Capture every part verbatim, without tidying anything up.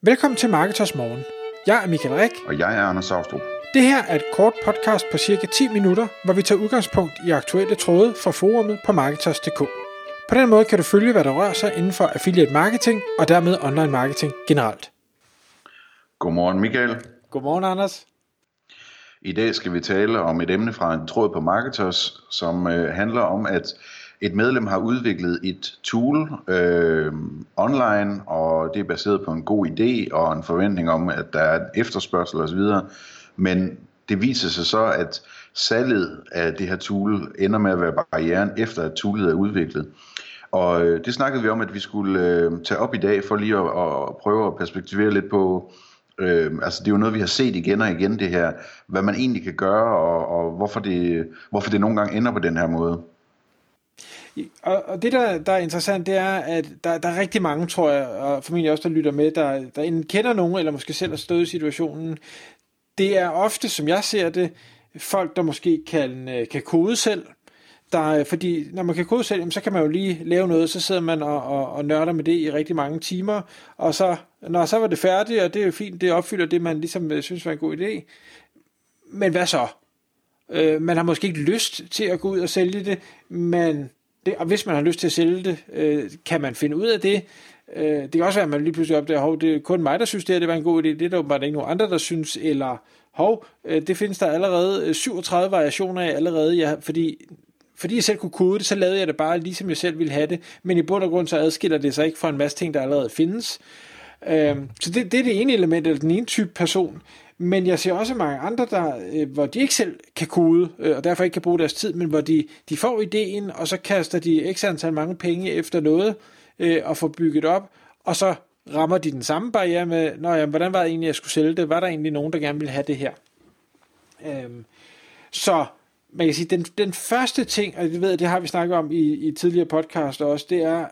Velkommen til Marketers Morgen. Jeg er Michael Rik. Og jeg er Anders Saustrup. Det her er et kort podcast på cirka ti minutter, hvor vi tager udgangspunkt i aktuelle tråde fra forumet på Marketers punktum d k. På den måde kan du følge, hvad der rører sig inden for affiliate marketing og dermed online marketing generelt. Godmorgen Michael. Godmorgen Anders. I dag skal vi tale om et emne fra en tråd på Marketers, som øh, handler om, at et medlem har udviklet et tool øh, online, og det er baseret på en god idé og en forventning om, at der er en efterspørgsel osv. Men det viser sig så, at salget af det her tool ender med at være barrieren, efter at toolet er udviklet. Og øh, det snakkede vi om, at vi skulle øh, tage op i dag, for lige at, at prøve at perspektivere lidt på. Øh, altså det er jo noget, vi har set igen og igen, det her, hvad man egentlig kan gøre, og, og hvorfor, det, hvorfor det nogle gange ender på den her måde. Og, og det der, der er interessant, det er, at der, der er rigtig mange, tror jeg, og formentlig også, der lytter med, der, der enten kender nogen, eller måske selv har stået i situationen. Det er ofte, som jeg ser det, folk, der måske kan, kan kode selv. Der, fordi når man kan kode selv, så kan man jo lige lave noget, så sidder man og, og, og nørder med det i rigtig mange timer, og så, når så var det færdigt, og det er jo fint, det opfylder det, man ligesom synes var en god idé. Men hvad så? Øh, man har måske ikke lyst til at gå ud og sælge det, men det, og hvis man har lyst til at sælge det, øh, kan man finde ud af det. Øh, det kan også være, at man lige pludselig opdager, hov, det er kun mig, der synes, det her det var en god idé, det er der bare ikke nogen andre, der synes, eller hov, øh, det findes der allerede syvogtredive variationer af allerede, ja, fordi Fordi jeg selv kunne kode det, så lavede jeg det bare ligesom jeg selv ville have det, men i bund og grund så adskiller det sig ikke fra en masse ting, der allerede findes. Øhm, så det, det er det ene element, eller den ene type person. Men jeg ser også mange andre, der, øh, hvor de ikke selv kan kode, øh, og derfor ikke kan bruge deres tid, men hvor de, de får ideen, og så kaster de x antal mange penge efter noget, øh, og får bygget op, og så rammer de den samme barriere med, nå ja, hvordan var det egentlig, jeg skulle sælge det? Var der egentlig nogen, der gerne ville have det her? Øhm, så man kan sige, den, den første ting, og det ved jeg, det har vi snakket om i, i tidligere podcast også, det er,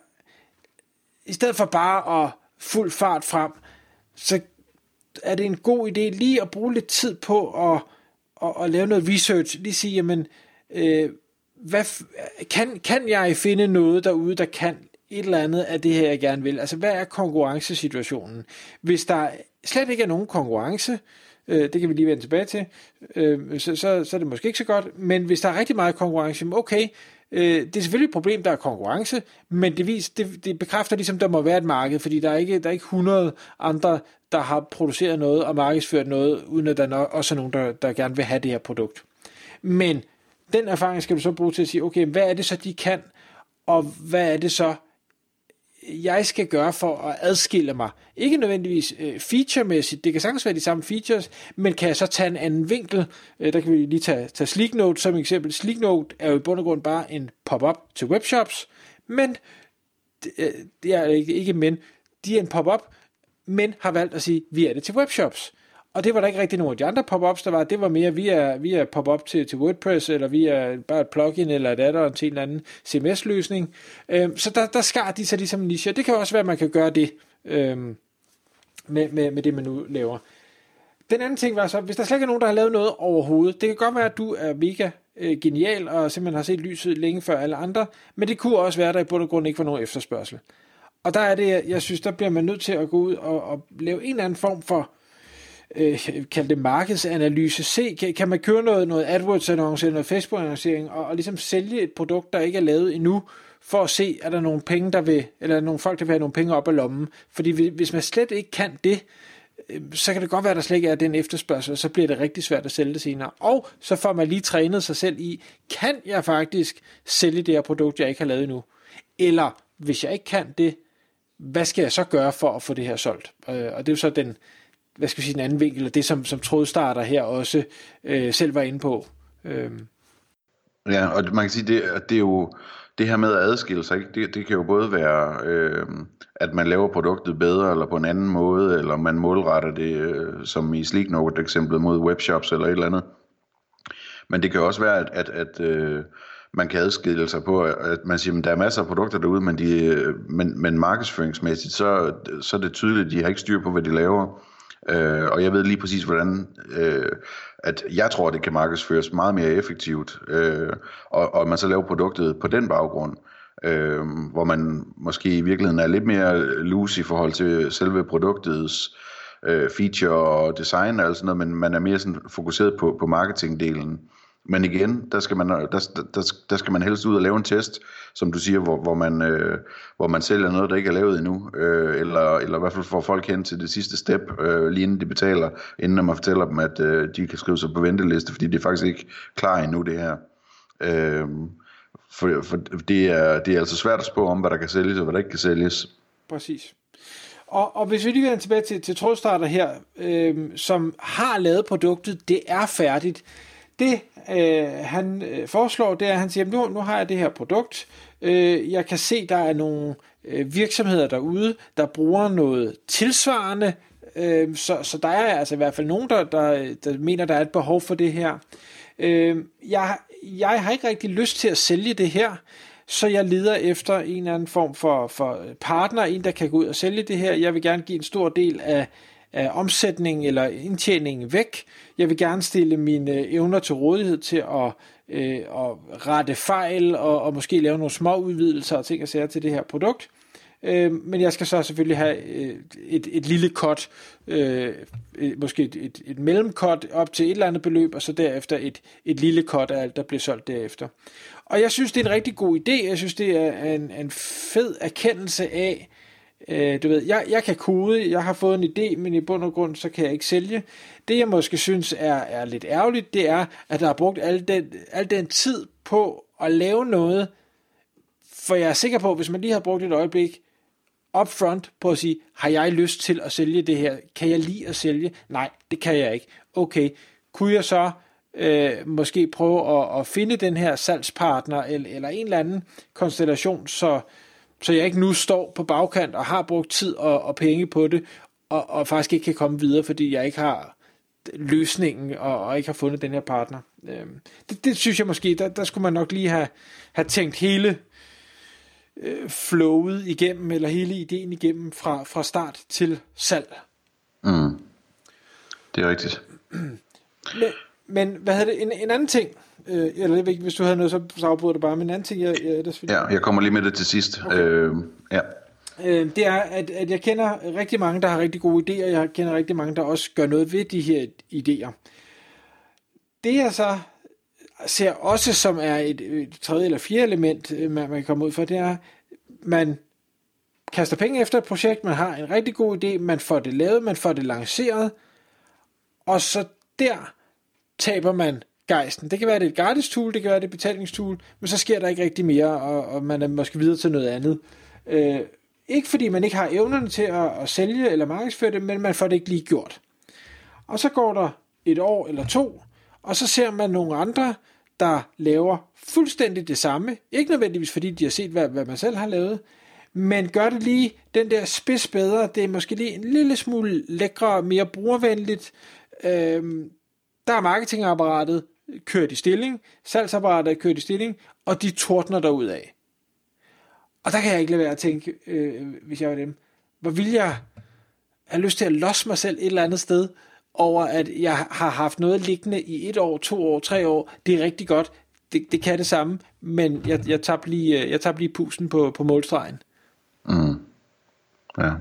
i stedet for bare at fuld fart frem, så er det en god idé lige at bruge lidt tid på at, at, at lave noget research, lige sige, jamen, øh, hvad, kan, kan jeg finde noget derude, der kan et eller andet af det her, jeg gerne vil? Altså, hvad er konkurrencesituationen? Hvis der slet ikke er nogen konkurrence, det kan vi lige vende tilbage til, så, så, så er det måske ikke så godt, men hvis der er rigtig meget konkurrence, okay, det er selvfølgelig et problem, der er konkurrence, men det, vis, det, det bekræfter ligesom, der må være et marked, fordi der er ikke, der er ikke hundrede andre, der har produceret noget og markedsført noget, uden at der også er nogen, der, der gerne vil have det her produkt. Men den erfaring skal du så bruge til at sige, okay, hvad er det så, de kan, og hvad er det så, jeg skal gøre for at adskille mig. Ikke nødvendigvis øh, featuremæssigt, det kan sagtens være de samme features, men kan jeg så tage en anden vinkel? Øh, der kan vi lige tage, tage Sleeknote som eksempel. Sleeknote er jo i bund og grund bare en pop-up til webshops, men øh, det er ikke, ikke men, de er en pop-up, men har valgt at sige, vi er det til webshops. Og det var der ikke rigtig nogen af de andre pop-ups, der var. Det var mere, vi er, vi er pop-up til, til WordPress, eller vi er bare et plugin, eller et add-on til en eller anden C M S-løsning. Øhm, så der, der skar de sig ligesom niche. Det kan også være, at man kan gøre det øhm, med, med, med det, man nu laver. Den anden ting var så, hvis der slet ikke er nogen, der har lavet noget overhovedet, det kan godt være, at du er mega øh, genial, og simpelthen har set lyset længe før alle andre, men det kunne også være, at der i bund og grund ikke var nogen efterspørgsel. Og der er det, jeg synes, der bliver man nødt til at gå ud og, og lave en eller anden form for Øh, kald det markedsanalyse. Se, kan, kan man køre noget, noget AdWords-annonce eller noget Facebook-annoncering og, og ligesom sælge et produkt, der ikke er lavet endnu, for at se, er der nogle penge, der vil, eller nogle folk, der vil have nogle penge op af lommen. Fordi hvis man slet ikke kan det, øh, så kan det godt være, at der slet ikke er den efterspørgsel, og så bliver det rigtig svært at sælge det senere. Og så får man lige trænet sig selv i, kan jeg faktisk sælge det her produkt, jeg ikke har lavet endnu? Eller, hvis jeg ikke kan det, hvad skal jeg så gøre for at få det her solgt? Øh, og det er jo så den hvad skal vi sige, den anden vinkel, og det som, som trådstarter her også øh, selv var inde på. Øhm. Ja, og man kan sige, det, det er jo det her med at adskille sig, ikke? Det, det kan jo både være, øh, at man laver produktet bedre, eller på en anden måde, eller man målretter det, øh, som i Sleeknote eksemplet, mod webshops eller et eller andet. Men det kan også være, at, at, at øh, man kan adskille sig på, at man siger, at der er masser af produkter derude, men, de, men, men markedsføringsmæssigt, så, så er det tydeligt, at de har ikke styr på, hvad de laver. Uh, og jeg ved lige præcis hvordan uh, at jeg tror det kan markedsføres meget mere effektivt, uh, og, og man så laver produktet på den baggrund. øh, hvor man måske i virkeligheden er lidt mere loose i forhold til selve produktets øh, feature og design og alt sådan noget, men man er mere sådan fokuseret på, på marketingdelen. Men igen, der skal man der, der, der skal man helst ud og lave en test, som du siger, hvor, hvor man øh, hvor man sælger noget, der ikke er lavet endnu, øh, eller eller i hvert fald får folk hen til det sidste step, øh, lige inden de betaler, inden man fortæller dem, at øh, de kan skrive sig på venteliste, fordi det er faktisk ikke klar endnu det her. Øh, for for det er det er altså svært at spå om, hvad der kan sælges og hvad der ikke kan sælges. Præcis. Og, og hvis vi lige vender tilbage til, til Trådstarter her, øh, som har lavet produktet, det er færdigt. Det øh, han øh, foreslår, det er, at han siger, nu, nu har jeg det her produkt, øh, jeg kan se, der er nogle øh, virksomheder derude, der bruger noget tilsvarende, øh, så, så der er altså i hvert fald nogen, der, der, der mener, der er et behov for det her. Øh, jeg, jeg har ikke rigtig lyst til at sælge det her, så jeg leder efter en eller anden form for, for partner, en der kan gå ud og sælge det her. Jeg vil gerne give en stor del af af omsætning eller indtjening væk. Jeg vil gerne stille mine evner til rådighed til at, øh, at rette fejl og, og måske lave nogle små udvidelser og ting og sager til det her produkt. Øh, men jeg skal så selvfølgelig have øh, et, et lille cut, øh, måske et, et, et mellemcut op til et eller andet beløb, og så derefter et, et lille cut af alt, der bliver solgt derefter. Og jeg synes, det er en rigtig god idé. Jeg synes, det er en, en fed erkendelse af, Øh, du ved, jeg, jeg kan kode, jeg har fået en idé, men i bund og grund, så kan jeg ikke sælge. Det jeg måske synes er, er lidt ærgerligt, det er, at der har brugt al den, al den tid på at lave noget, for jeg er sikker på, hvis man lige har brugt et øjeblik upfront på at sige, har jeg lyst til at sælge det her? Kan jeg lide at sælge? Nej, det kan jeg ikke. Okay, kunne jeg så øh, måske prøve at, at finde den her salgspartner, eller, eller en eller anden konstellation, så så jeg ikke nu står på bagkant og har brugt tid og, og penge på det, og, og faktisk ikke kan komme videre, fordi jeg ikke har løsningen, og, og ikke har fundet den her partner. Øhm, det, det synes jeg måske, der, der skulle man nok lige have, have tænkt hele øh, flowet igennem, eller hele ideen igennem fra, fra start til salg. Mm. Det er rigtigt. Men, men hvad hedder det? En, en anden ting, Øh, eller det ikke, hvis du havde noget, så afbryder det bare. Men en anden ting, jeg, jeg ellers Ja, jeg kommer lige med det til sidst. Okay. Øh, ja. øh, det er, at, at jeg kender rigtig mange, der har rigtig gode idéer. Jeg kender rigtig mange, der også gør noget ved de her idéer. Det jeg så ser også som er et, et tredje eller fjerde element, man, man kan komme ud for, det er, man kaster penge efter et projekt, man har en rigtig god idé, man får det lavet, man får det lanceret, og så der taber man gejsten. Det kan være, det er et gratis tool, det kan være, det er et betalingstool, men så sker der ikke rigtig mere, og, og man er måske videre til noget andet. Øh, ikke fordi man ikke har evnerne til at, at sælge eller markedsføre det, men man får det ikke lige gjort. Og så går der et år eller to, og så ser man nogle andre, der laver fuldstændig det samme. Ikke nødvendigvis fordi de har set, hvad, hvad man selv har lavet, men gør det lige den der spids bedre. Det er måske lige en lille smule lækre, mere brugervenligt. Øh, der er marketingapparatet kørt i stilling, salgsapparatet er kørt i stilling, og de tordner derudad. Og der kan jeg ikke lade være at tænke, øh, hvis jeg var dem, hvor vil jeg have lyst til at losse mig selv et eller andet sted, over at jeg har haft noget liggende i et år, to år, tre år, det er rigtig godt, det, det kan det samme, men jeg, jeg tabte lige, jeg tabte lige pusten på, på målstregen. Mm. Ja.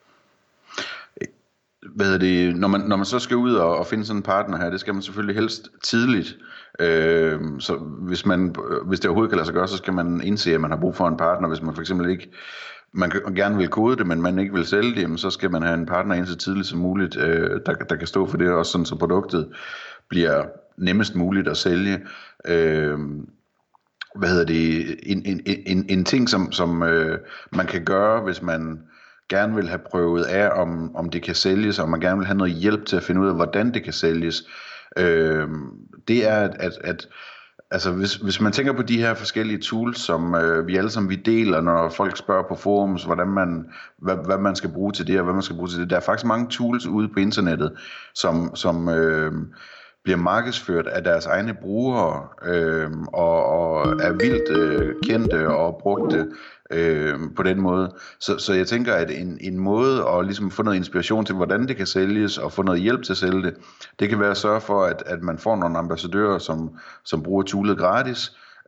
Hvad er det, når man, når man så skal ud og, og finde sådan en partner her, det skal man selvfølgelig helst tidligt. Øh, så hvis, man, hvis det overhovedet kan lade sig gøre, så skal man indse, at man har brug for en partner. Hvis man for eksempel ikke, man gerne vil kode det, men man ikke vil sælge det, jamen, så skal man have en partner ind så tidligt som muligt, øh, der, der kan stå for det, også sådan så produktet bliver nemmest muligt at sælge. Øh, hvad hedder det, en, en, en, en ting, som, som øh, man kan gøre, hvis man gerne vil have prøvet af, om, om det kan sælges, og man gerne vil have noget hjælp til at finde ud af, hvordan det kan sælges, øh, det er, at, at, at altså, hvis, hvis man tænker på de her forskellige tools, som øh, vi alle sammen vi deler, når folk spørger på forums, hvordan man, hvad, hvad man skal bruge til det, og hvad man skal bruge til det. Der er faktisk mange tools ude på internettet, som, som øh, bliver markedsført af deres egne brugere, øh, og, og er vildt øh, kendte og brugte øh, på den måde. Så, så jeg tænker, at en, en måde at ligesom få noget inspiration til, hvordan det kan sælges, og få noget hjælp til at sælge det, det kan være at sørge for, at, at man får nogle ambassadører, som, som bruger toolet gratis,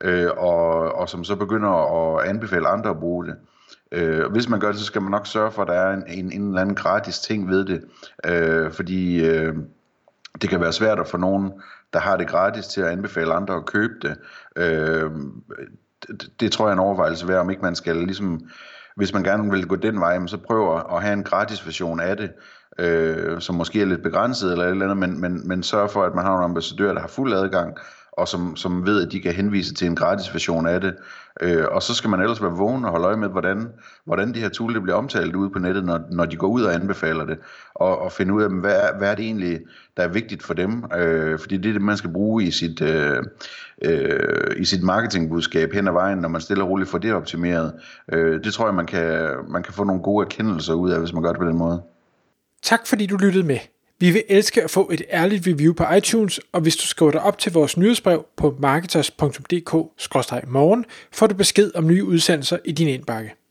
øh, og, og som så begynder at anbefale andre at bruge det. Øh, hvis man gør det, så skal man nok sørge for, at der er en, en, en eller anden gratis ting ved det, øh, fordi øh, det kan være svært at få nogen, der har det gratis, til at anbefale andre at købe det. Øh, det, det tror jeg er en overvejelse værd, om ikke man skal ligesom, hvis man gerne vil gå den vej, så prøv at have en gratis version af det, øh, som måske er lidt begrænset eller et eller andet, men, men, men sørg for, at man har nogle ambassadører, der har fuld adgang, og som, som ved, at de kan henvise til en gratis version af det. Øh, og så skal man ellers være vågen og holde øje med, hvordan, hvordan de her tools bliver omtalt ude på nettet, når, når de går ud og anbefaler det, og, og finde ud af, hvad er, hvad er det egentlig, der er vigtigt for dem, øh, fordi det er det, man skal bruge i sit, øh, øh, i sit marketingbudskab hen ad vejen, når man stille og roligt får det optimeret. Øh, det tror jeg, man kan, man kan få nogle gode erkendelser ud af, hvis man gør det på den måde. Tak fordi du lyttede med. Vi vil elske at få et ærligt review på iTunes, og hvis du skriver dig op til vores nyhedsbrev på marketers punktum d k skråstreg morgen, får du besked om nye udsendelser i din indbakke.